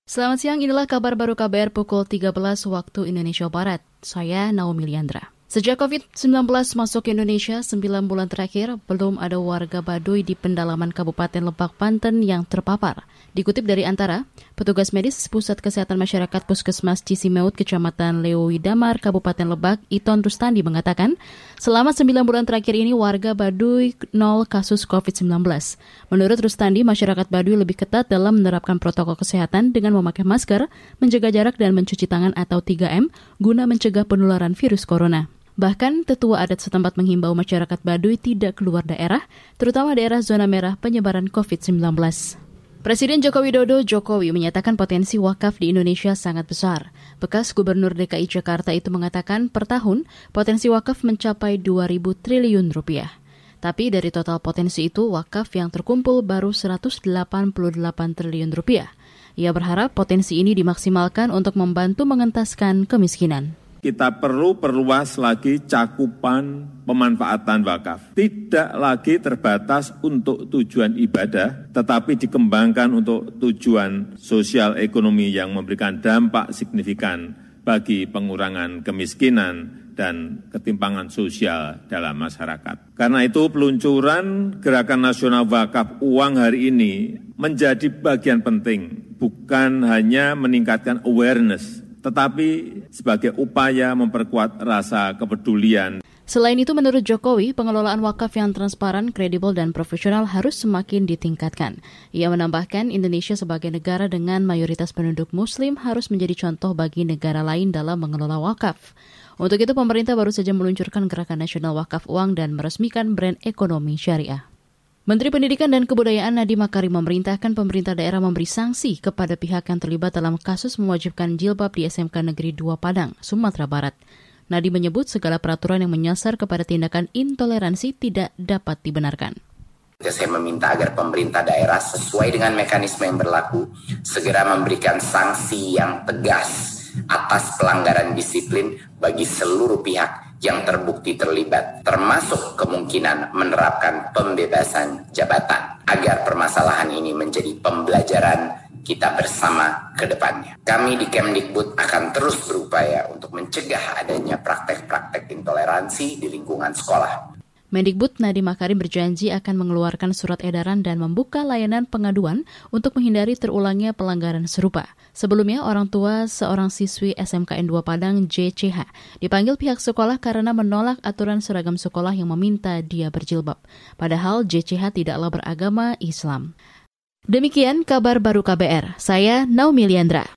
Selamat siang, inilah kabar baru KBR pukul 13 waktu Indonesia Barat. Saya Naomi Liandra. Sejak COVID-19 masuk ke Indonesia 9 bulan terakhir, belum ada warga Baduy di pendalaman Kabupaten Lebak, Banten yang terpapar. Dikutip dari Antara, petugas medis Pusat Kesehatan Masyarakat Puskesmas Cisimeut, Kecamatan Lewi Damar, Kabupaten Lebak, Iton Rustandi mengatakan, selama 9 bulan terakhir ini warga Baduy 0 kasus COVID-19. Menurut Rustandi, masyarakat Baduy lebih ketat dalam menerapkan protokol kesehatan dengan memakai masker, menjaga jarak dan mencuci tangan atau 3M guna mencegah penularan virus corona. Bahkan, tetua adat setempat menghimbau masyarakat Baduy tidak keluar daerah, terutama daerah zona merah penyebaran COVID-19. Presiden Joko Widodo menyatakan potensi wakaf di Indonesia sangat besar. Bekas Gubernur DKI Jakarta itu mengatakan per tahun potensi wakaf mencapai 2.000 triliun rupiah. Tapi dari total potensi itu, wakaf yang terkumpul baru 188 triliun rupiah. Ia berharap potensi ini dimaksimalkan untuk membantu mengentaskan kemiskinan. Kita perlu perluas lagi cakupan pemanfaatan wakaf. Tidak lagi terbatas untuk tujuan ibadah, tetapi dikembangkan untuk tujuan sosial ekonomi yang memberikan dampak signifikan bagi pengurangan kemiskinan dan ketimpangan sosial dalam masyarakat. Karena itu peluncuran Gerakan Nasional Wakaf Uang hari ini menjadi bagian penting, bukan hanya meningkatkan awareness, tetapi sebagai upaya memperkuat rasa kepedulian. Selain itu, menurut Jokowi, pengelolaan wakaf yang transparan, kredibel, dan profesional harus semakin ditingkatkan. Ia menambahkan, Indonesia sebagai negara dengan mayoritas penduduk Muslim harus menjadi contoh bagi negara lain dalam mengelola wakaf. Untuk itu, pemerintah baru saja meluncurkan Gerakan Nasional Wakaf Uang dan meresmikan brand ekonomi syariah. Menteri Pendidikan dan Kebudayaan Nadiem Makarim memerintahkan pemerintah daerah memberi sanksi kepada pihak yang terlibat dalam kasus mewajibkan jilbab di SMK Negeri 2 Padang, Sumatera Barat. Nadiem menyebut segala peraturan yang menyasar kepada tindakan intoleransi tidak dapat dibenarkan. Saya meminta agar pemerintah daerah sesuai dengan mekanisme yang berlaku segera memberikan sanksi yang tegas atas pelanggaran disiplin bagi seluruh pihak yang terbukti terlibat, termasuk kemungkinan menerapkan pembebasan jabatan, agar permasalahan ini menjadi pembelajaran kita bersama ke depannya. Kami di Kemdikbud akan terus berupaya untuk mencegah adanya praktek-praktek intoleransi di lingkungan sekolah. Mendikbud Nadiem Makarim berjanji akan mengeluarkan surat edaran dan membuka layanan pengaduan untuk menghindari terulangnya pelanggaran serupa. Sebelumnya, orang tua seorang siswi SMKN 2 Padang, JCH, dipanggil pihak sekolah karena menolak aturan seragam sekolah yang meminta dia berjilbab. Padahal JCH tidaklah beragama Islam. Demikian kabar baru KBR. Saya Naomi Liandra.